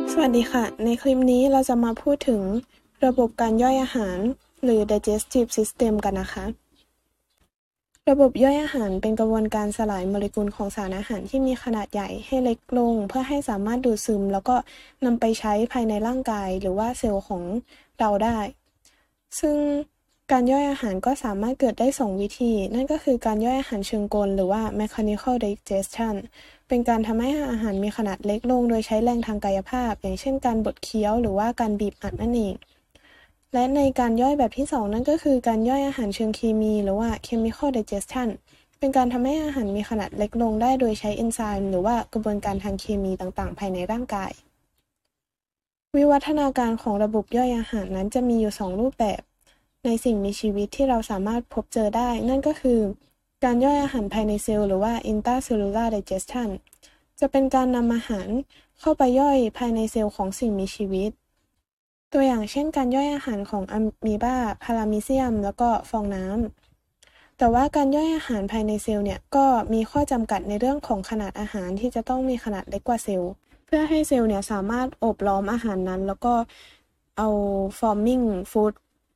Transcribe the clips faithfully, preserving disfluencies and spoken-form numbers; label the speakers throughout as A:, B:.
A: สวัสดีค่ะ ในคลิปนี้เราจะมาพูดถึงระบบการย่อยอาหารหรือ digestive system กันนะคะ ระบบย่อยอาหารเป็นกระบวนการสลายโมเลกุลของสารอาหารที่มีขนาดใหญ่ให้เล็กลงเพื่อให้สามารถดูดซึมแล้วก็นำไปใช้ภายในร่างกายหรือว่าเซลล์ของเราได้ ซึ่งการย่อยอาหารก็สามารถเกิดได้สองวิธี นั่นก็คือการย่อยอาหารเชิงกลหรือว่า mechanical digestion เป็นการทำให้อาหารมีขนาดเล็กลงโดยใช้แรงทางกายภาพ อย่างเช่นการบดเคี้ยวหรือว่าการบีบอัดนั่นเอง และในการย่อยแบบที่สองนั่นก็คือการย่อยอาหารเชิงเคมีหรือว่า chemical digestion เป็นการทำให้อาหารมีขนาดเล็กลงได้โดยใช้เอนไซม์หรือว่ากระบวนการทางเคมีต่างๆภายในร่างกาย วิวัฒนาการของระบบย่อยอาหารนั้นจะมีอยู่สองรูปแบบในสิ่งมีชีวิตที่เราสามารถพบเจอได้นั่นก็คือการย่อยอาหารภายในเซลล์หรือว่า intracellular digestion จะเป็นการนำอาหารเข้าไปย่อยภายในเซลล์ของสิ่งมีชีวิตตัวอย่างเช่นการย่อยอาหารของอะมีบาพารามิเซียมแล้วก็ฟองน้ำแต่ว่าการย่อยอาหารภายในเซลล์เนี่ยก็มีข้อจำกัดในเรื่องของขนาดอาหารที่จะต้องมีขนาดเล็กกว่าเซลล์เพื่อให้เซลล์เนี่ยสามารถโอบล้อมอาหารนั้นแล้วก็เอา forming food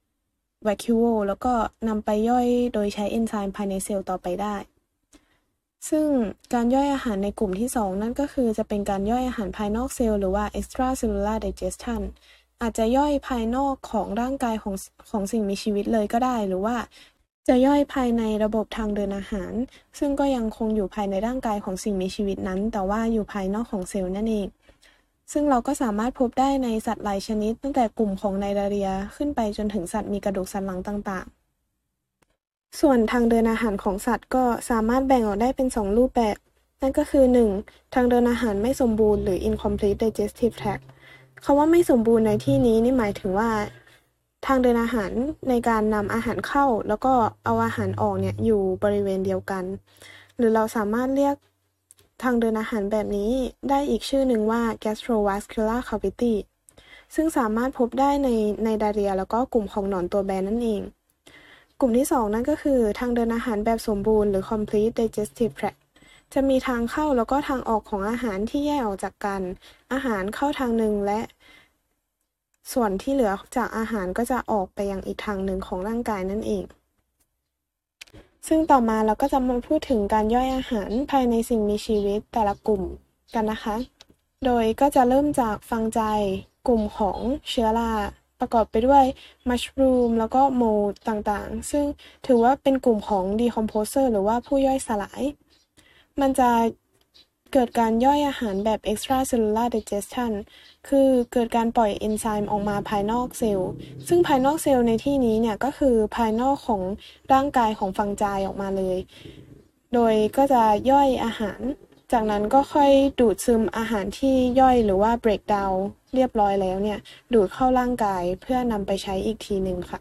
A: vacuole แล้วก็นำไปย่อยโดยใช้เอนไซม์ภายในเซลล์ต่อไปได้ซึ่งการย่อยอาหารในกลุ่มที่สองนั่นก็คือจะเป็นการย่อยอาหารภายนอกเซลล์หรือว่า extracellular digestion อาจจะย่อยภายนอกของร่างกายของของสิ่งมีชีวิตเลยก็ได้หรือว่าจะย่อยภายในระบบทางเดินอาหารซึ่งก็ยังคงอยู่ภายในร่างกายของสิ่งมีชีวิตนั้นแต่ว่าอยู่ภายนอกของเซลล์นั่นเองซึ่งเราก็สามารถพบได้ในสัตว์หลายชนิดตั้งแต่กลุ่มของไนราเรียขึ้นไปจนถึงสัตว์มีกระดูกสันหลังต่างๆส่วนทางเดินอาหารของสัตว์ก็สามารถแบ่งออกได้เป็นสองรูปแบบนั่นก็คือ หนึ่ง ทางเดินอาหารไม่สมบูรณ์หรือ incomplete digestive tract คำว่าไม่สมบูรณ์ในที่นี้นี่หมายถึงว่าทางเดินอาหารในการนำอาหารเข้าแล้วก็เอาอาหารออกเนี่ยอยู่บริเวณเดียวกันหรือเราสามารถเรียกทางเดินอาหารแบบนี้ได้อีกชื่อหนึ่งว่า gastrovascular cavity ซึ่งสามารถพบได้ในในไดเรียแล้วก็กลุ่มของหนอนตัวแบนนั่นเองกลุ่มที่สองนั่นก็คือทางเดินอาหารแบบสมบูรณ์หรือ complete digestive tract จะมีทางเข้าแล้วก็ทางออกของอาหารที่แยกออกจากกันอาหารเข้าทางหนึ่งและส่วนที่เหลือจากอาหารก็จะออกไปยังอีกทางหนึ่งของร่างกายนั่นเองซึ่งต่อมาเราก็จะมาพูดถึงการย่อยอาหารภายในสิ่งมีชีวิตแต่ละกลุ่มกันนะคะโดยก็จะเริ่มจากฟังไจกลุ่มของเชื้อราประกอบไปด้วยมัชรูมแล้วก็โมลด์ต่างๆซึ่งถือว่าเป็นกลุ่มของ decomposer หรือว่าผู้ย่อยสลายมันจะเกิดการย่อยอาหารแบบ extracellular digestion คือเกิดการปล่อยเอนไซม์ออกมาภายนอกเซลล์ซึ่งภายนอกเซลล์ในที่นี้เนี่ยก็คือภายนอกของร่างกายของฟังไจออกมาเลยโดยก็จะย่อยอาหารจากนั้นก็ค่อยดูดซึมอาหารที่ย่อยหรือว่า break down เรียบร้อยแล้วเนี่ยดูดเข้าร่างกายเพื่อนำไปใช้อีกทีหนึ่งค่ะ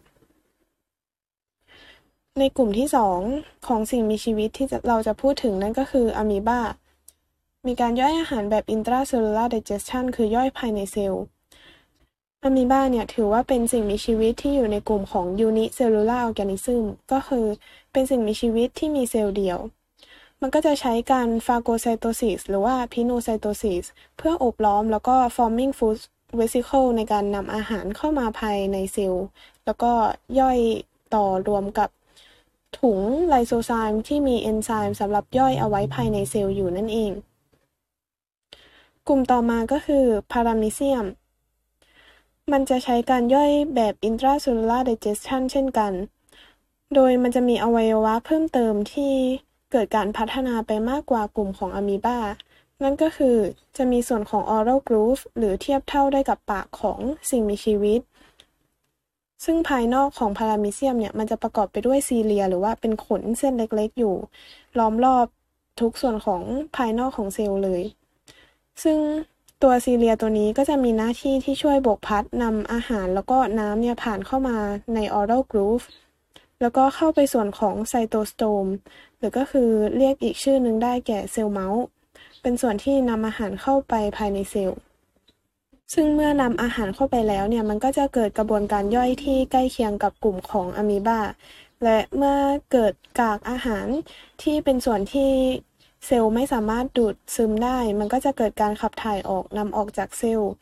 A: ในกลุ่มที่สองของสิ่งมีชีวิตที่เราจะพูดถึงนั่นก็คืออะมีบามีการย่อยอาหารแบบ intracellular digestion คือย่อยภายในเซลล์อะมีบาเนี่ยถือว่าเป็นสิ่งมีชีวิตที่อยู่ในกลุ่มของ unicellular organism ก็คือเป็นสิ่งมีชีวิตที่มีเซลล์เดียวมันก็จะใช้การฟาโกไซโตซิสหรือว่าพิโนไซโตซิสเพื่อโอบล้อมแล้วก็ forming food vesicle ในการนำอาหารเข้ามาภายในเซลล์แล้วก็ย่อยต่อรวมกับถุงไลโซไซม์ที่มีเอนไซม์สำหรับย่อยเอาไว้ภายในเซลล์อยู่นั่นเองกลุ่มต่อมาก็คือพารามิเซียมมันจะใช้การย่อยแบบ intracellular digestion เช่นกันโดยมันจะมีอวัยวะเพิ่มเติมที่เกิดการพัฒนาไปมากกว่ากลุ่มของอะมีบานั่นก็คือจะมีส่วนของ oral groove หรือเทียบเท่าได้กับปากของสิ่งมีชีวิตซึ่งภายนอกของพารามิเซียมเนี่ยมันจะประกอบไปด้วยซีเลียหรือว่าเป็นขนเส้นเล็กๆอยู่ล้อมรอบทุกส่วนของภายนอกของเซลล์เลยซึ่งตัวซีเลียตัวนี้ก็จะมีหน้าที่ที่ช่วยบกพัดนำอาหารแล้วก็น้ำเนี่ยผ่านเข้ามาใน oral groove แล้วก็เข้าไปส่วนของไซโตสโตมหรือก็คือเรียกอีกชื่อหนึ่งได้แก่เซลล์เมาส์เป็นส่วนที่นำอาหารเข้าไปภายในเซลล์ซึ่งเมื่อนำอาหารเข้าไปแล้วเนี่ยมันก็จะเกิดกระบวนการย่อยที่ใกล้เคียงกับกลุ่มของอะมีบาและเมื่อเกิดกากอาหารที่เป็นส่วนที่เซลล์ไม่สามารถดูดซึมได้มันก็จะเกิดการขับถ่ายออกนำออกจากเซลล์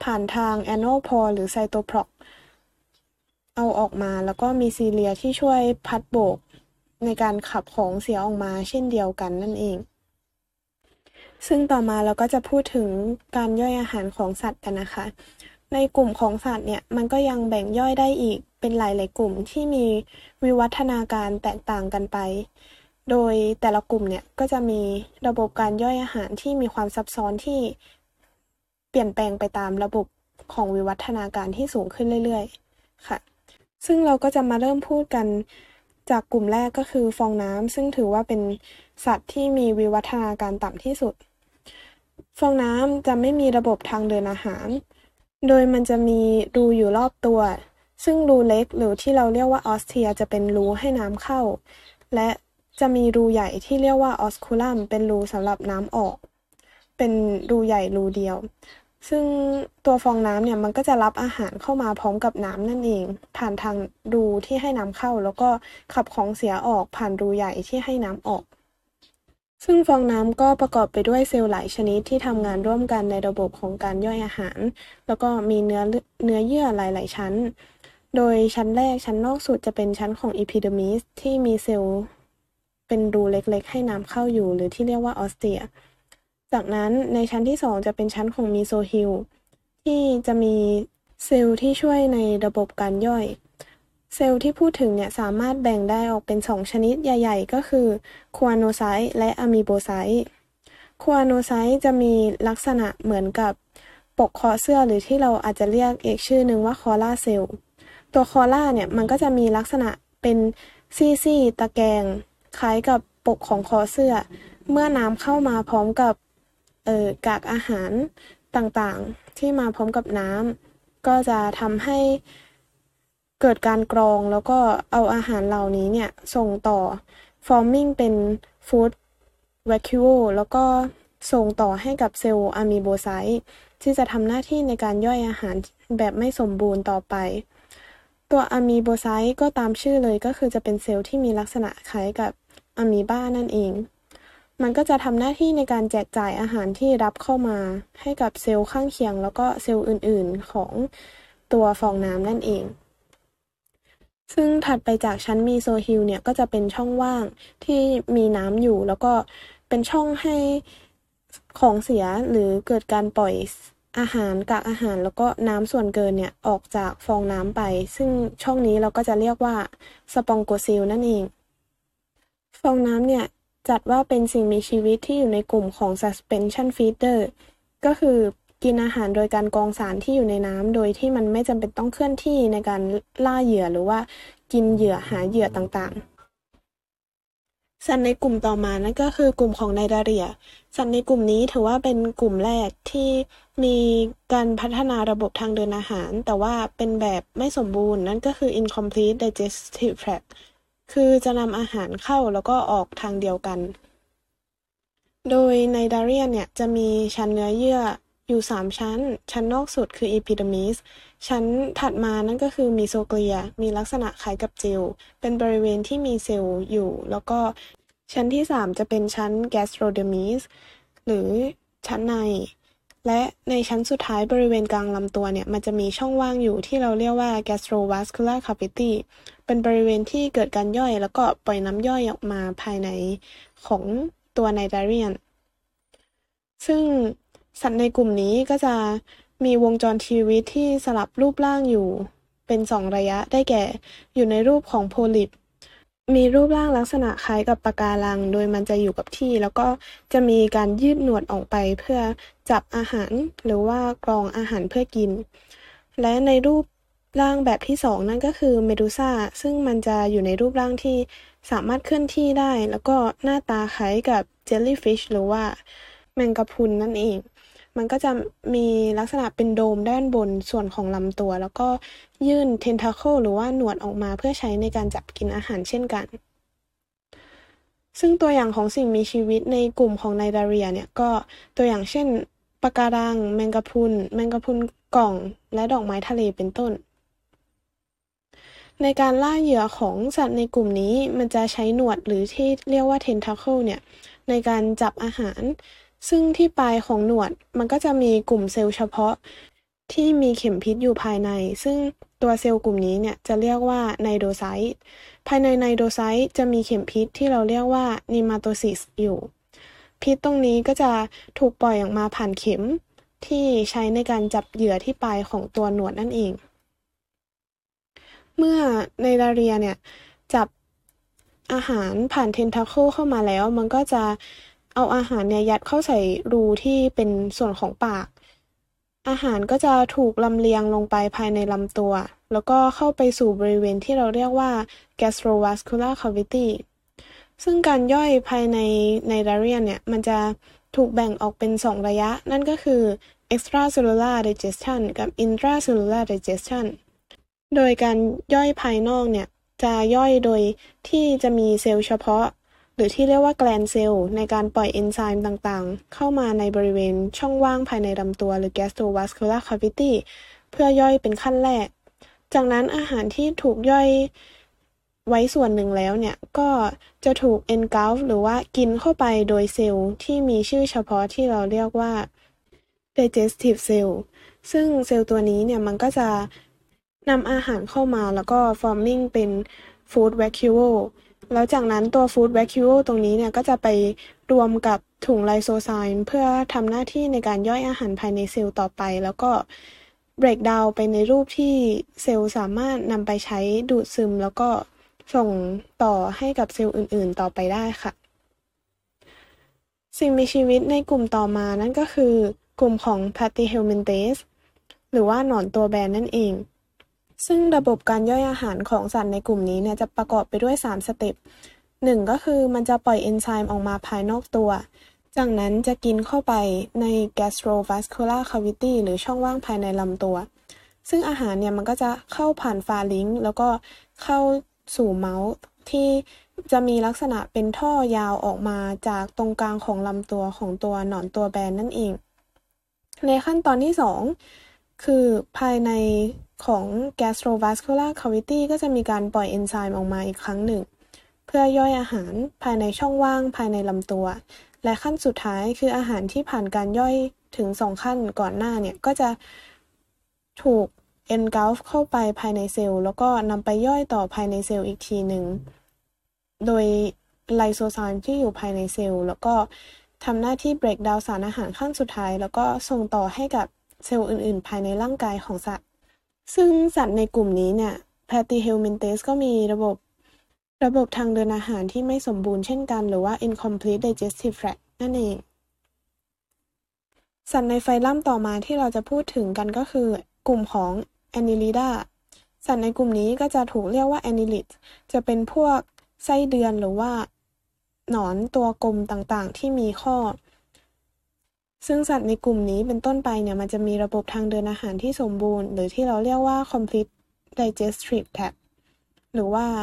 A: ผ่านทางแอนโนพอร์หรือไซโตพรอกเอาออกมาแล้วก็มีซีเลียที่ช่วยพัดโบกในการขับของเสียออกมาเช่นเดียวกันนั่นเองซึ่งต่อมาเราก็จะพูดถึงการย่อยอาหารของสัตว์กันนะคะในกลุ่มของสัตว์เนี่ยมันก็ยังแบ่งย่อยได้อีกเป็นหลายๆกลุ่มที่มีวิวัฒนาการแตกต่างกันไปโดยแต่ละกลุ่มเนี่ยก็จะมีระบบการย่อยอาหารที่มีความซับซ้อนที่เปลี่ยนแปลงไปตามระบบของวิวัฒนาการที่สูงขึ้นเรื่อยๆค่ะซึ่งเราก็จะมาเริ่มพูดกันจากกลุ่มแรกก็คือฟองน้ำซึ่งถือว่าเป็นสัตว์ที่มีวิวัฒนาการต่ำที่สุดฟองน้ำจะไม่มีระบบทางเดินอาหารโดยมันจะมีรูอยู่รอบตัวซึ่งรูเล็กหรือที่เราเรียกว่าออสเทียจะเป็นรูให้น้ำเข้าและจะมีรูใหญ่ที่เรียกว่าออสคูลัมเป็นรูสำหรับน้ำออกเป็นรูใหญ่รูเดียวซึ่งตัวฟองน้ำเนี่ยมันก็จะรับอาหารเข้ามาพร้อมกับน้ำนั่นเองผ่านทางรูที่ให้น้ำเข้าแล้วก็ขับของเสียออกผ่านรูใหญ่ที่ให้น้ำออกซึ่งฟองน้ำก็ประกอบไปด้วยเซลล์หลายชนิดที่ทำงานร่วมกันในระบบของการย่อยอาหารแล้วก็มีเนื้อเนื้อเยื่อหลายๆชั้นโดยชั้นแรกชั้นนอกสุดจะเป็นชั้นของอีพิเดอร์มิสที่มีเซลล์เป็นรูเล็กๆให้น้ำเข้าอยู่หรือที่เรียกว่าออสเตียจากนั้นในชั้นที่สองจะเป็นชั้นของมีโซฮิลที่จะมีเซลล์ที่ช่วยในระบบการย่อยเซลล์ที่พูดถึงเนี่ยสามารถแบ่งได้ออกเป็นสองชนิดใหญ่ๆก็คือควาโนไซต์และอะมีโบไซต์ควาโนไซต์จะมีลักษณะเหมือนกับปกคอเสื้อหรือที่เราอาจจะเรียกอีกชื่อหนึ่งว่าคอล่าเซลล์ตัวคอล่าเนี่ยมันก็จะมีลักษณะเป็นซี่ๆตะแกรงคล้ายกับปกของคอเสื้อเมื่อน้ำเข้ามาพร้อมกับเอ่อกากอาหารต่างๆที่มาพร้อมกับน้ำก็จะทำให้เกิดการกรองแล้วก็เอาอาหารเหล่านี้เนี่ยส่งต่อ forming เป็น food vacuole แล้วก็ส่งต่อให้กับเซลล์อะมีโบไซต์ที่จะทำหน้าที่ในการย่อยอาหารแบบไม่สมบูรณ์ต่อไปตัวอะมีโบไซต์ก็ตามชื่อเลยก็คือจะเป็นเซลล์ที่มีลักษณะคล้ายกับอะมีบ้านั่นเองมันก็จะทำหน้าที่ในการแจกจ่ายอาหารที่รับเข้ามาให้กับเซลล์ข้างเคียงแล้วก็เซลล์อื่นๆของตัวฟองน้ำนั่นเองซึ่งถัดไปจากชั้นมีโซฮิลเนี่ยก็จะเป็นช่องว่างที่มีน้ำอยู่แล้วก็เป็นช่องให้ของเสียหรือเกิดการปล่อยอาหารกากอาหารแล้วก็น้ำส่วนเกินเนี่ยออกจากฟองน้ำไปซึ่งช่องนี้เราก็จะเรียกว่าสปองโกซิลนั่นเองฟองน้ำเนี่ยจัดว่าเป็นสิ่งมีชีวิตที่อยู่ในกลุ่มของ suspension feeder ก็คือกินอาหารโดยการกรองสารที่อยู่ในน้ำโดยที่มันไม่จำเป็นต้องเคลื่อนที่ในการล่าเหยื่อหรือว่ากินเหยื่อหาเหยื่อต่างๆสัตว์ในกลุ่มต่อมานั่นก็คือกลุ่มของไนดาเรียสัตว์ในกลุ่มนี้ถือว่าเป็นกลุ่มแรกที่มีการพัฒนาระบบทางเดินอาหารแต่ว่าเป็นแบบไม่สมบูรณ์นั่นก็คือ incomplete digestive tract คือจะนำอาหารเข้าแล้วก็ออกทางเดียวกันโดยไนดาเรียนเนี่ยจะมีชั้นเนื้อเยื่ออยู่สามชั้นชั้นนอกสุดคืออีพิเดอร์มิสชั้นถัดมานั่นก็คือมีโซเกลียมีลักษณะคล้ายกับเจลเป็นบริเวณที่มีเซลล์อยู่แล้วก็ชั้นที่สามจะเป็นชั้นแกสโทรเดอร์มิสหรือชั้นในและในชั้นสุดท้ายบริเวณกลางลำตัวเนี่ยมันจะมีช่องว่างอยู่ที่เราเรียกว่า gastrovascular cavity เป็นบริเวณที่เกิดการย่อยแล้วก็ปล่อยน้ำย่อยออกมาภายในของตัวไนดาเรียนซึ่งสัตว์ในกลุ่มนี้ก็จะมีวงจรชีวิตที่สลับรูปร่างอยู่เป็นสองระยะได้แก่อยู่ในรูปของโพลิปมีรูปร่างลักษณะคล้ายกับปะการังโดยมันจะอยู่กับที่แล้วก็จะมีการยืดหนวดออกไปเพื่อจับอาหารหรือว่ากรองอาหารเพื่อกินและในรูปร่างแบบที่สองนั่นก็คือเมดูซ่าซึ่งมันจะอยู่ในรูปร่างที่สามารถเคลื่อนที่ได้แล้วก็หน้าตาคล้ายกับเจลลี่ฟิชหรือว่าแมงกะพรุนนั่นเองมันก็จะมีลักษณะเป็นโดมด้านบนส่วนของลำตัวแล้วก็ยื่นเทนทาเคิลหรือว่าหนวดออกมาเพื่อใช้ในการจับกินอาหารเช่นกันซึ่งตัวอย่างของสิ่งมีชีวิตในกลุ่มของไนดาเรียเนี่ยก็ตัวอย่างเช่นปะการังแมงกะพรุนแมงกะพรุนกล่องและดอกไม้ทะเลเป็นต้นในการล่าเหยื่อของสัตว์ในกลุ่มนี้มันจะใช้หนวดหรือที่เรียกว่าเทนทาเคิลเนี่ยในการจับอาหารซึ่งที่ปลายของหนวดมันก็จะมีกลุ่มเซลล์เฉพาะที่มีเข็มพิษอยู่ภายในซึ่งตัวเซลล์กลุ่มนี้เนี่ยจะเรียกว่าไนโดไซต์ภายในไนโดไซต์จะมีเข็มพิษที่เราเรียกว่านีมาโตซิสอยู่พิษตรงนี้ก็จะถูกปล่อยออกมาผ่านเข็มที่ใช้ในการจับเหยื่อที่ปลายของตัวหนวดนั่นเองเมื่อไนดาเรียเนี่ยจับอาหารผ่านเทนทาเคิลเข้ามาแล้วมันก็จะเอาอาหารเนี่ยยัดเข้าใส่รูที่เป็นส่วนของปากอาหารก็จะถูกลำเลียงลงไปภายในลำตัวแล้วก็เข้าไปสู่บริเวณที่เราเรียกว่า gastrovascular cavity ซึ่งการย่อยภายในไนดาเรียนเนี่ยมันจะถูกแบ่งออกเป็นสองระยะนั่นก็คือ extracellular digestion กับ intracellular digestion โดยการย่อยภายนอกเนี่ยจะย่อยโดยที่จะมีเซลล์เฉพาะหรือที่เรียกว่าแกลนเซลล์ในการปล่อยเอนไซม์ต่างๆเข้ามาในบริเวณช่องว่างภายในลำตัวหรือ gastrovascular cavity เพื่อย่อยเป็นขั้นแรกจากนั้นอาหารที่ถูกย่อยไว้ส่วนหนึ่งแล้วเนี่ยก็จะถูก engulf หรือว่ากินเข้าไปโดยเซลล์ที่มีชื่อเฉพาะที่เราเรียกว่า digestive cell ซึ่งเซลล์ตัวนี้เนี่ยมันก็จะนำอาหารเข้ามาแล้วก็ forming เป็น food vacuole แล้วจากนั้นตัว food vacuole ตรงนี้เนี่ยก็จะไปรวมกับถุงไลโซไซม์เพื่อทำหน้าที่ในการย่อยอาหารภายในเซลล์ต่อไปแล้วก็ break down ไปในรูปที่เซลล์สามารถนำไปใช้ดูดซึมแล้วก็ส่งต่อให้กับเซลล์อื่นๆต่อไปได้ค่ะสิ่งมีชีวิตในกลุ่มต่อมานั่นก็คือกลุ่มของ Platyhelminthes หรือว่าหนอนตัวแบนนั่นเองซึ่งระบบการย่อยอาหารของสัตว์ในกลุ่มนี้เนี่ยจะประกอบไปด้วยสามสเต็ปหนึ่งก็คือมันจะปล่อยเอนไซม์ออกมาภายนอกตัวจากนั้นจะกินเข้าไปใน gastrovascular cavity หรือช่องว่างภายในลำตัวซึ่งอาหารเนี่ยมันก็จะเข้าผ่านฟาริงก์แล้วก็เข้าสู่เมาส์ที่จะมีลักษณะเป็นท่อยาวออกมาจากตรงกลางของลำตัวของตัวหนอนตัวแบนนั่นเองในขั้นตอนที่สองคือภายในของ gastrovascular cavity ก็จะมีการปล่อยเอนไซม์ออกมาอีกครั้งหนึ่งเพื่อย่อยอาหารภายในช่องว่างภายในลำตัวและขั้นสุดท้ายคืออาหารที่ผ่านการย่อยถึงสองขั้นก่อนหน้าเนี่ยก็จะถูก engulf เข้าไปภายในเซลล์แล้วก็นำไปย่อยต่อภายในเซลล์อีกทีหนึ่งโดยไลโซไซม์ที่อยู่ภายในเซลล์แล้วก็ทำหน้าที่ break down สารอาหารขั้นสุดท้ายแล้วก็ส่งต่อให้กับเซลล์อื่นๆภายในร่างกายของสัตว์ซึ่งสัตว์ในกลุ่มนี้เนี่ย Platyhelminthes ก็มีระบบระบบทางเดินอาหารที่ไม่สมบูรณ์เช่นกันหรือว่า incomplete digestive tract นั่นเองสัตว์ในไฟลัมต่อมาที่เราจะพูดถึงกันก็คือกลุ่มของ Annelida สัตว์ในกลุ่มนี้ก็จะถูกเรียกว่า Annelids จะเป็นพวกไส้เดือนหรือว่าหนอนตัวกลมต่างๆที่มีข้อซึ่งสัตว์ในกลุ่มนี้เป็นต้นไปเนี่ยมันจะมีระบบทางเดินอาหารที่สมบูรณ์หรือที่เราเรียกว่า complete digestive tract หรือว่า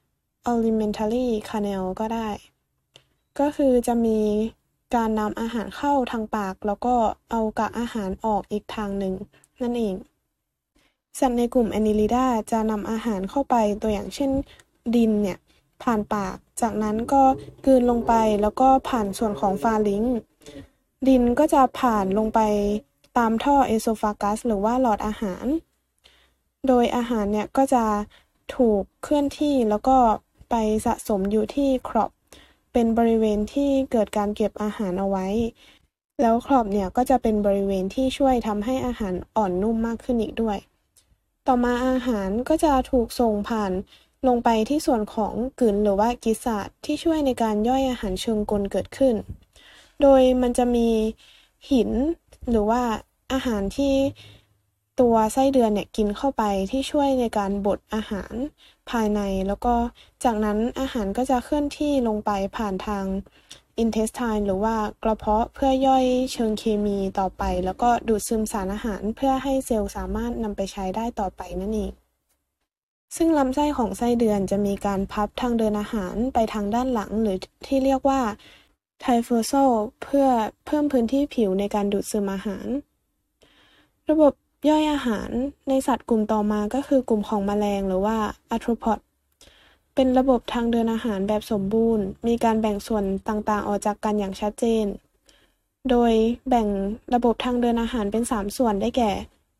A: alimentary canal ก็ได้ก็คือจะมีการนำอาหารเข้าทางปากแล้วก็เอากากอาหารออกอีกทางหนึ่งนั่นเองสัตว์ในกลุ่ม Annelida จะนำอาหารเข้าไปตัวอย่างเช่นดินเนี่ยผ่านปากจากนั้นก็กลืนลงไปแล้วก็ผ่านส่วนของฟาริงก์ดินก็จะผ่านลงไปตามท่อเอโซฟากัสหรือว่าหลอดอาหารโดยอาหารเนี่ยก็จะถูกเคลื่อนที่แล้วก็ไปสะสมอยู่ที่ครอปเป็นบริเวณที่เกิดการเก็บอาหารเอาไว้แล้วครอปเนี่ยก็จะเป็นบริเวณที่ช่วยทำให้อาหารอ่อนนุ่มมากขึ้นอีกด้วยต่อมาอาหารก็จะถูกส่งผ่านลงไปที่ส่วนของกลืนหรือว่ากิสาดที่ช่วยในการย่อยอาหารเชิงกลเกิดขึ้นโดยมันจะมีหินหรือว่าอาหารที่ตัวไส้เดือนเนี่ยกินเข้าไปที่ช่วยในการบดอาหารภายในแล้วก็จากนั้นอาหารก็จะเคลื่อนที่ลงไปผ่านทาง intestine หรือว่ากระเพาะเพื่อย่อยเชิงเคมีต่อไปแล้วก็ดูดซึมสารอาหารเพื่อให้เซลล์สามารถนำไปใช้ได้ต่อไปนั่นเองซึ่งลำไส้ของไส้เดือนจะมีการพับทางเดินอาหารไปทางด้านหลังหรือที่เรียกว่าไทโฟโซเพื่อเพิ่มพื้นที่ผิวในการดูดซึมอาหารระบบย่อยอาหารในสัตว์กลุ่มต่อมาก็คือกลุ่มของแมลงหรือว่าอาร์โทรพอดเป็นระบบทางเดินอาหารแบบสมบูรณ์มีการแบ่งส่วนต่างๆออกจากกันอย่างชัดเจนโดยแบ่งระบบทางเดินอาหารเป็นสามส่วนได้แก่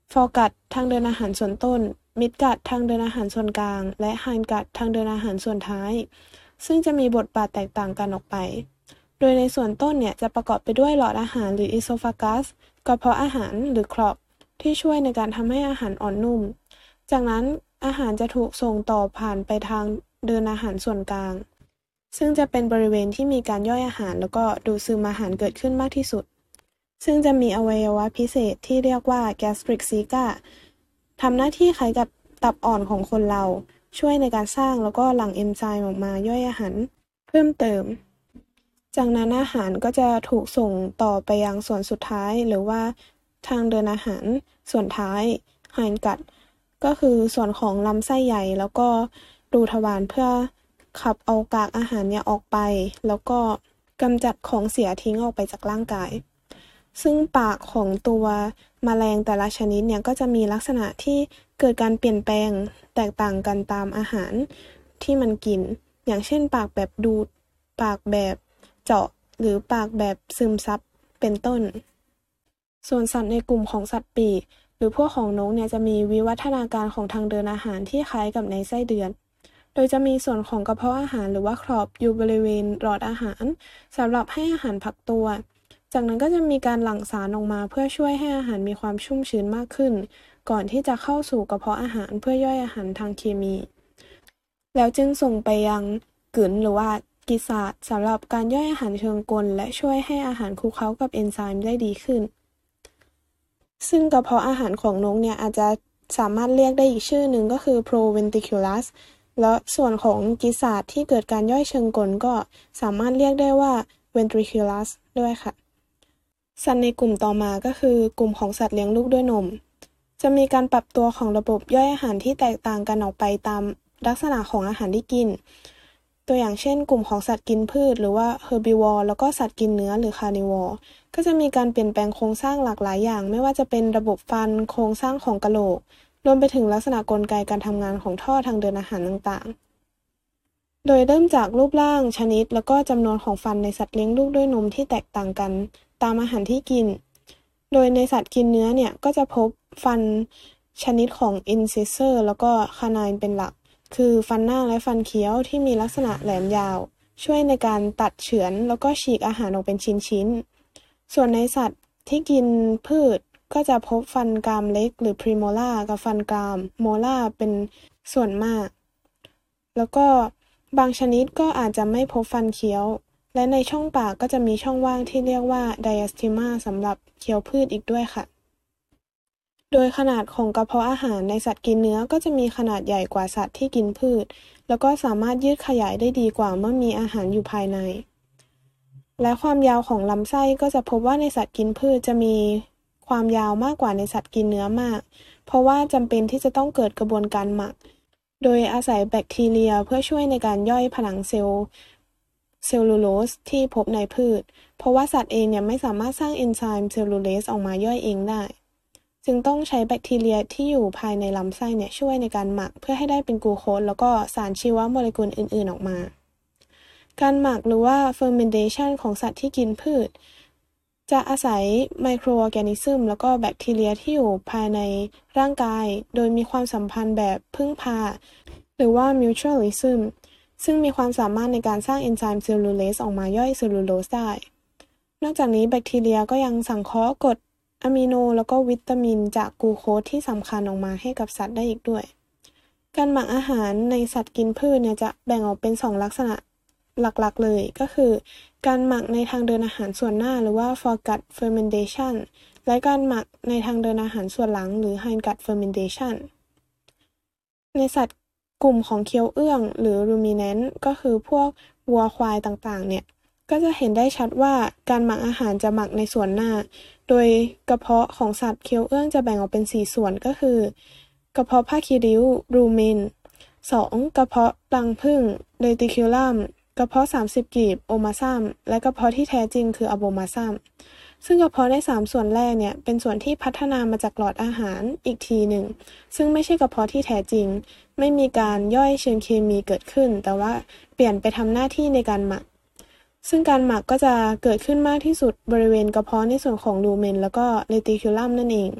A: ฟอร์กัตทางเดินอาหารส่วนต้น มิดกัตทางเดินอาหารส่วนกลาง และไฮน์กัตทางเดินอาหารส่วนท้ายซึ่งจะมีบทบาทแตกต่างกันออกไปโดยในส่วนต้นเนี่ยจะประกอบไปด้วยหลอดอาหารหรืออิโซฟากัสกระเพาะอาหารหรือครอปที่ช่วยในการทำให้อาหารอ่อนนุ่มจากนั้นอาหารจะถูกส่งต่อผ่านไปทางเดินอาหารส่วนกลางซึ่งจะเป็นบริเวณที่มีการย่อยอาหารแล้วก็ดูดซึมอาหารเกิดขึ้นมากที่สุดซึ่งจะมีอวัยวะพิเศษที่เรียกว่า gastric cilia ทำหน้าที่คล้ายกับตับอ่อนของคนเราช่วยในการสร้างแล้วก็หลั่งเอนไซม์ออกมาย่อยอาหารเพิ่มเติมจากนั้นอาหารก็จะถูกส่งต่อไปยังส่วนสุดท้ายหรือว่าทางเดินอาหารส่วนท้ายไฮน์กัตก็คือส่วนของลำไส้ใหญ่แล้วก็รูทวารเพื่อขับเอากากอาหารเนี่ยออกไปแล้วก็กำจัดของเสียทิ้งออกไปจากร่างกายซึ่งปากของตัวแมลงแต่ละชนิดเนี่ยก็จะมีลักษณะที่เกิดการเปลี่ยนแปลงแตกต่างกันตามอาหารที่มันกินอย่างเช่นปากแบบดูดปากแบบเจาะหรือปากแบบซึมซับเป็นต้นส่วนสัตว์ในกลุ่มของสัตว์ปีกหรือพวกของนกเนี่ยจะมีวิวัฒนาการของทางเดินอาหารที่คล้ายกับในไส้เดือนโดยจะมีส่วนของกระเพาะอาหารหรือว่าครอบอยู่บริเวณหลอดอาหารสำหรับให้อาหารพักตัวจากนั้นก็จะมีการหลั่งสารออกมาเพื่อช่วยให้อาหารมีความชุ่มชื้นมากขึ้นก่อนที่จะเข้าสู่กระเพาะอาหารเพื่อย่อยอาหารทางเคมีแล้วจึงส่งไปยังกลืนหรือว่ากิสาดสำหรับการย่อยอาหารเชิงกลและช่วยให้อาหารคลุกเคล้ากับเอนไซม์ได้ดีขึ้นซึ่งกระเพาะอาหารของนกเนี่ยอาจจะสามารถเรียกได้อีกชื่อหนึ่งก็คือ proventriculus และส่วนของกิสาดที่เกิดการย่อยเชิงกลก็สามารถเรียกได้ว่า ventriculus ด้วยค่ะสัตว์ในกลุ่มต่อมาก็คือกลุ่มของสัตว์เลี้ยงลูกด้วยนมจะมีการปรับตัวของระบบย่อยอาหารที่แตกต่างกันออกไปตามลักษณะของอาหารที่กินตัวอย่างเช่นกลุ่มของสัตว์กินพืชหรือว่า herbivore แล้วก็สัตว์กินเนื้อหรือ carnivore ก็จะมีการเปลี่ยนแปลงโครงสร้างหลากหลายอย่างไม่ว่าจะเป็นระบบฟันโครงสร้างของกะโหลกรวมไปถึงลักษณะกลไกการทำงานของท่อทางเดินอาหารต่างๆโดยเริ่มจากรูปร่างชนิดแล้วก็จำนวนของฟันในสัตว์เลี้ยงลูกด้วยนมที่แตกต่างกันตามอาหารที่กินโดยในสัตว์กินเนื้อเนี่ยก็จะพบฟันชนิดของ incisor แล้วก็ canine เป็นหลักคือฟันหน้าและฟันเคี้ยวที่มีลักษณะแหลมยาวช่วยในการตัดเฉือนแล้วก็ฉีกอาหารออกเป็นชิ้นๆส่วนในสัตว์ที่กินพืชก็จะพบฟันกรามเล็กหรือ premolar กับฟันกราม molar เป็นส่วนมากแล้วก็บางชนิดก็อาจจะไม่พบฟันเคี้ยวและในช่องปากก็จะมีช่องว่างที่เรียกว่า diastema สำหรับเคี้ยวพืชอีกด้วยค่ะโดยขนาดของกระเพาะอาหารในสัตว์กินเนื้อก็จะมีขนาดใหญ่กว่าสัตว์ที่กินพืชแล้วก็สามารถยืดขยายได้ดีกว่าเมื่อมีอาหารอยู่ภายในและความยาวของลำไส้ก็จะพบว่าในสัตว์กินพืชจะมีความยาวมากกว่าในสัตว์กินเนื้อมากเพราะว่าจำเป็นที่จะต้องเกิดกระบวนการหมักโดยอาศัยแบคทีเรียเพื่อช่วยในการย่อยผนังเซลล์เซลลูโลสที่พบในพืชเพราะว่าสัตว์เองเนี่ยไม่สามารถสร้างเอนไซม์เซลลูเลสออกมาย่อยเองได้จึงต้องใช้แบคทีเรียที่อยู่ภายในลำไส้เนี่ยช่วยในการหมักเพื่อให้ได้เป็นกลูโคสแล้วก็สารชีวโมเลกุลอื่นๆออกมาการหมักหรือว่า fermentation ของสัตว์ที่กินพืชจะอาศัยไมโครออร์แกนิซึมแล้วก็แบคทีเรียที่อยู่ภายในร่างกายโดยมีความสัมพันธ์แบบพึ่งพาหรือว่า mutualism ซึ่งมีความสามารถในการสร้างเอนไซม์เซลลูเลสออกมาย่อยเซลลูโลสได้นอกจากนี้แบคทีเรียก็ยังสังเคราะห์กรดอะมิโนแล้วก็วิตามินจากกลูโคสที่สำคัญออกมาให้กับสัตว์ได้อีกด้วยการหมักอาหารในสัตว์กินพืชเนี่ยจะแบ่งออกเป็นสองลักษณะหลักๆเลยก็คือการหมักในทางเดินอาหารส่วนหน้าหรือว่า foregut fermentation และการหมักในทางเดินอาหารส่วนหลังหรือ hindgut fermentation ในสัตว์กลุ่มของเคี้ยวเอื้องหรือ ruminant ก็คือพวกวัวควายต่างๆเนี่ยก็จะเห็นได้ชัดว่าการหมักอาหารจะหมักในส่วนหน้าโดยกระเพาะของสัตว์เคี้ยวเอื้องจะแบ่งออกเป็นสี่ส่วนก็คือกระเพาะผ้าคีริ้ว rumen สองกระเพาะรังผึ้ง reticulum กระเพาะสามสิบกีบ omasum และกระเพาะที่แท้จริงคือ abomasum ซึ่งกระเพาะในสามส่วนแรกเนี่ยเป็นส่วนที่พัฒนามาจากหลอดอาหารอีกทีหนึ่งซึ่งไม่ใช่กระเพาะที่แท้จริงไม่มีการย่อยเชิงเคมีเกิดขึ้นแต่ว่าเปลี่ยนไปทำหน้าที่ในการหมักซึ่งการหมักก็จะเกิดขึ้นมากที่สุดบริเวณกระเพาะในส่วนของลูเมนแล้วก็เรติคิวลัมนั่นเอง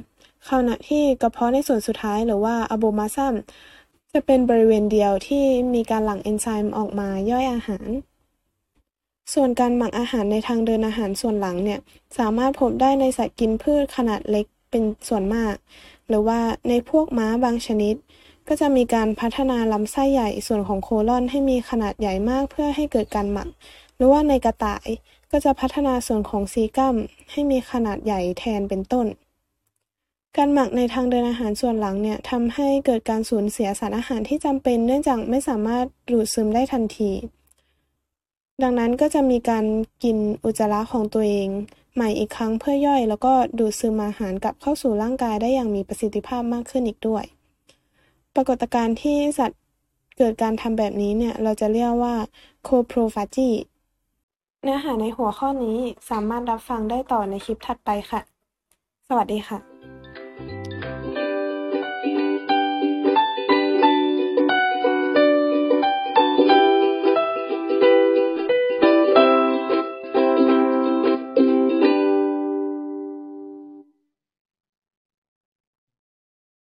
A: ขณะที่กระเพาะในส่วนสุดท้ายหรือว่าอะโบมาซัมจะเป็นบริเวณเดียวที่มีการหลั่งเอนไซม์ออกมาย่อยอาหารส่วนการหมักอาหารในทางเดินอาหารส่วนหลังเนี่ยสามารถพบได้ในสัตว์กินพืชขนาดเล็กเป็นส่วนมากหรือว่าในพวกม้าบางชนิดก็จะมีการพัฒนาลำไส้ใหญ่ส่วนของโคลอนให้มีขนาดใหญ่มากเพื่อให้เกิดการหมักหรือว่าในกระต่ายก็จะพัฒนาส่วนของซีกัมให้มีขนาดใหญ่แทนเป็นต้นการหมักในทางเดินอาหารส่วนหลังเนี่ยทำให้เกิดการสูญเสียสารอาหารที่จำเป็นเนื่องจากไม่สามารถดูดซึมได้ทันทีดังนั้นก็จะมีการกินอุจจาระของตัวเองใหม่อีกครั้งเพื่อย่อยแล้วก็ดูดซึมอาหารกลับเข้าสู่ร่างกายได้อย่างมีประสิทธิภาพมากขึ้นอีกด้วยปรากฏการณ์ที่สัตว์เกิดการทำแบบนี้เนี่ยเราจะเรียกว่าโคโพรฟาจีเนื้อหาในหัวข้อนี้สามารถรับฟังได้ต่อในคลิปถัดไปค่ะสวัสดีค่ะ